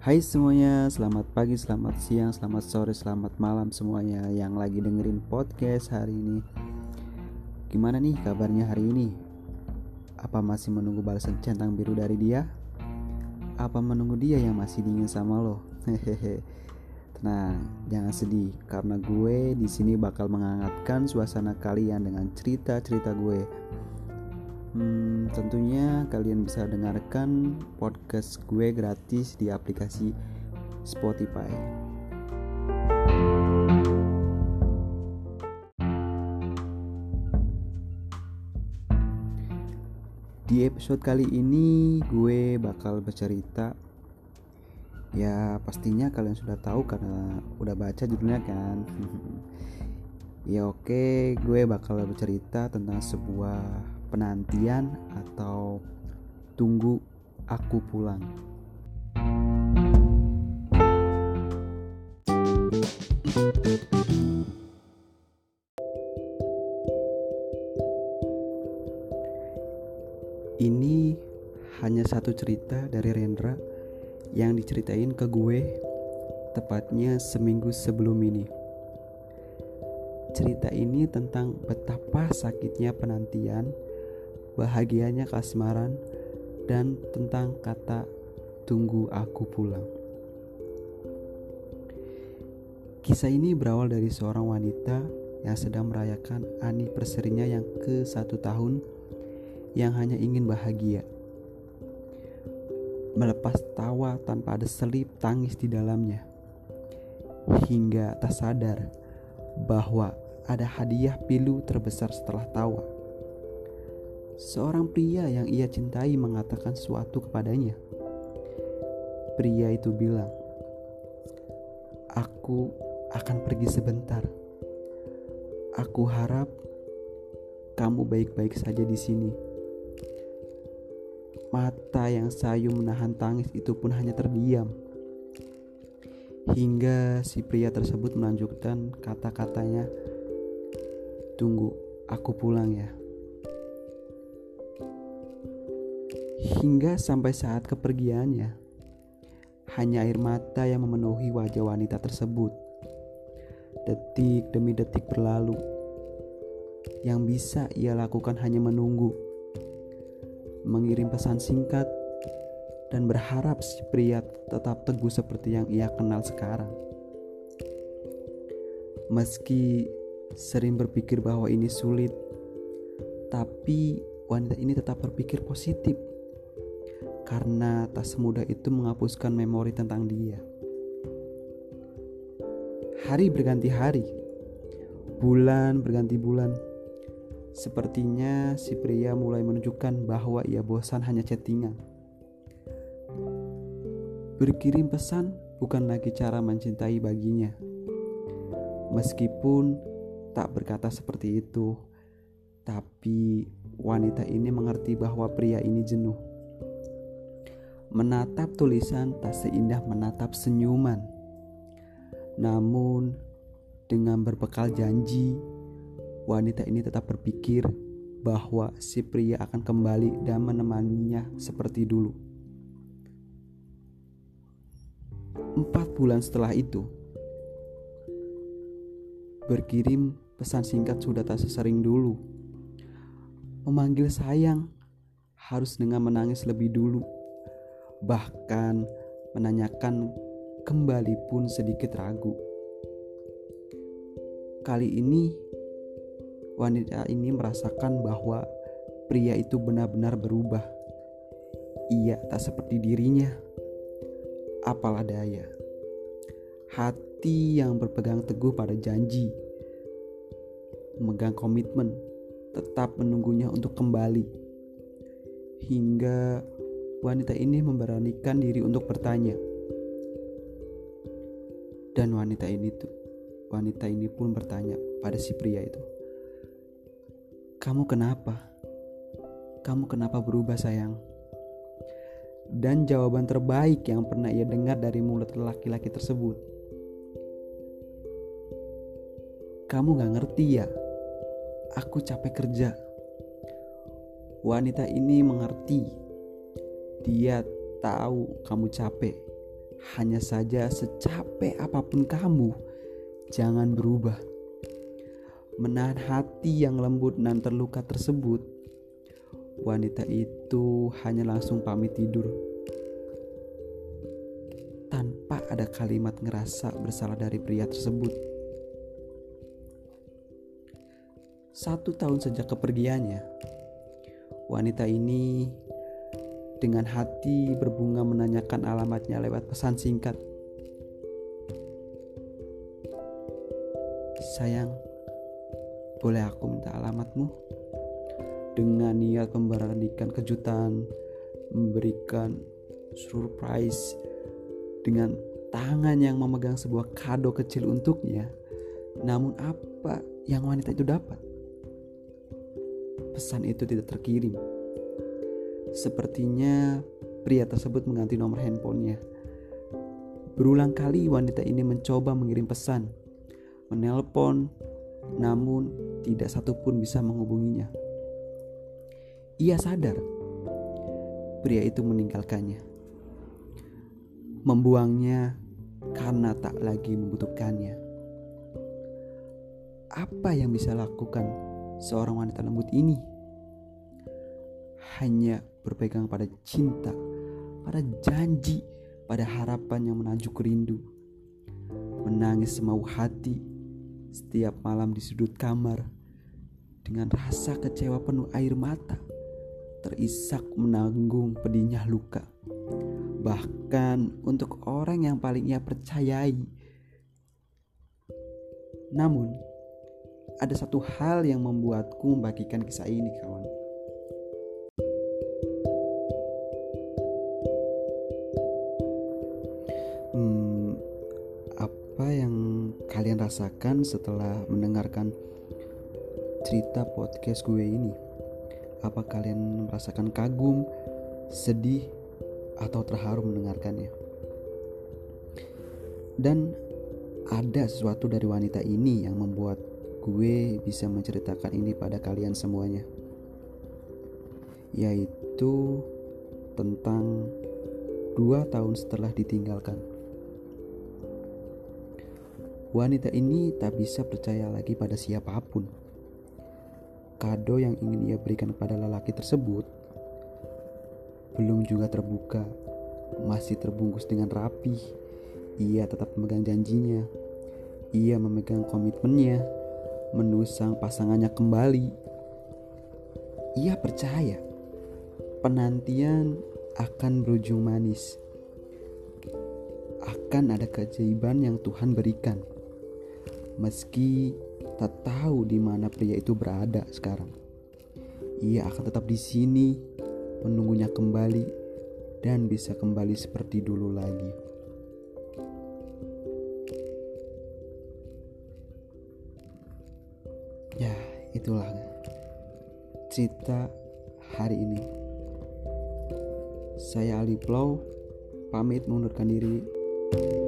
Hai semuanya, selamat pagi, selamat siang, selamat sore, selamat malam semuanya yang lagi dengerin podcast hari ini. Gimana nih kabarnya hari ini? Apa masih menunggu balasan centang biru dari dia? Apa menunggu dia yang masih dingin sama lo? Hehehe. Tenang, jangan sedih karena gue di sini bakal menghangatkan suasana kalian dengan cerita-cerita gue. Tentunya kalian bisa dengarkan podcast gue gratis di aplikasi Spotify. Di episode kali ini gue bakal bercerita. Ya pastinya kalian sudah tahu karena udah baca judulnya kan. Ya oke, gue bakal bercerita tentang sebuah penantian atau tunggu aku pulang. Ini hanya satu cerita dari Rendra yang diceritain ke gue tepatnya seminggu sebelum ini. Cerita ini tentang betapa sakitnya penantian, bahagianya kasmaran, dan tentang kata tunggu aku pulang. Kisah ini berawal dari seorang wanita yang sedang merayakan anniversary-nya yang ke-1 tahun, yang hanya ingin bahagia. Melepas tawa tanpa ada selip tangis di dalamnya. Hingga tak sadar bahwa ada hadiah pilu terbesar setelah tawa. Seorang pria yang ia cintai mengatakan sesuatu kepadanya. Pria itu bilang, "Aku akan pergi sebentar. Aku harap kamu baik-baik saja di sini." Mata yang sayu menahan tangis itu pun hanya terdiam. Hingga si pria tersebut melanjutkan kata-katanya, "Tunggu, aku pulang ya." Hingga sampai saat kepergiannya, hanya air mata yang memenuhi wajah wanita tersebut. Detik demi detik berlalu. Yang bisa ia lakukan hanya menunggu, mengirim pesan singkat, dan berharap si pria tetap teguh seperti yang ia kenal sekarang. Meski sering berpikir bahwa ini sulit, tapi wanita ini tetap berpikir positif karena tak semudah itu menghapuskan memori tentang dia. Hari berganti hari, bulan berganti bulan. Sepertinya si pria mulai menunjukkan bahwa ia bosan hanya chattingan. Berkirim pesan bukan lagi cara mencintai baginya. Meskipun tak berkata seperti itu, tapi wanita ini mengerti bahwa pria ini jenuh. Menatap tulisan tak seindah menatap senyuman. Namun, dengan berbekal janji, wanita ini tetap berpikir bahwa si pria akan kembali dan menemaninya seperti dulu. 4 bulan setelah itu, berkirim pesan singkat sudah tak sesering dulu. Memanggil sayang harus dengan menangis lebih dulu. Bahkan menanyakan kembali pun sedikit ragu. Kali ini wanita ini merasakan bahwa pria itu benar-benar berubah. Ia tak seperti dirinya. Apalah daya. Hati yang berpegang teguh pada janji, memegang komitmen, tetap menunggunya untuk kembali. Hingga wanita ini memberanikan diri untuk bertanya. Dan wanita ini pun bertanya pada si pria itu, "Kamu kenapa? Kamu kenapa berubah sayang?" Dan jawaban terbaik yang pernah ia dengar dari mulut laki-laki tersebut, "Kamu gak ngerti ya, aku capek kerja." Wanita ini mengerti. Dia tahu kamu capek. Hanya saja secapek apapun kamu, jangan berubah. Menahan hati yang lembut dan terluka tersebut, wanita itu hanya langsung pamit tidur. Tanpa ada kalimat ngerasa bersalah dari pria tersebut. 1 tahun sejak kepergiannya, wanita ini dengan hati berbunga menanyakan alamatnya lewat pesan singkat. Sayang, boleh aku minta alamatmu? Dengan niat memberikan kejutan, memberikan surprise dengan tangan yang memegang sebuah kado kecil untuknya. Namun apa yang wanita itu dapat? Pesan itu tidak terkirim. Sepertinya pria tersebut mengganti nomor handphonenya. Berulang kali wanita ini mencoba mengirim pesan, menelpon, namun tidak satupun bisa menghubunginya. Ia sadar pria itu meninggalkannya, membuangnya karena tak lagi membutuhkannya. Apa yang bisa lakukan seorang wanita lembut ini? Hanya berpegang pada cinta, pada janji, pada harapan yang menajuk rindu. Menangis semau hati setiap malam di sudut kamar dengan rasa kecewa penuh air mata, terisak menanggung pedihnya luka. Bahkan untuk orang yang paling ia percayai. Namun, ada satu hal yang membuatku membagikan kisah ini, kawan. Apa yang kalian rasakan setelah mendengarkan cerita podcast gue ini? Apa kalian merasakan kagum, sedih, atau terharu mendengarkannya? Dan ada sesuatu dari wanita ini yang membuat gue bisa menceritakan ini pada kalian semuanya, yaitu tentang 2 tahun setelah ditinggalkan. Wanita ini tak bisa percaya lagi pada siapapun. Kado yang ingin ia berikan kepada lelaki tersebut belum juga terbuka, masih terbungkus dengan rapi. Ia tetap memegang janjinya. Ia memegang komitmennya, menusang pasangannya kembali. Ia percaya penantian akan berujung manis. Akan ada keajaiban yang Tuhan berikan. Meski tak tahu di mana pria itu berada sekarang, ia akan tetap di sini menunggunya kembali dan bisa kembali seperti dulu lagi. Ya, itulah cerita hari ini. Saya Ali Plow, pamit mengundurkan diri.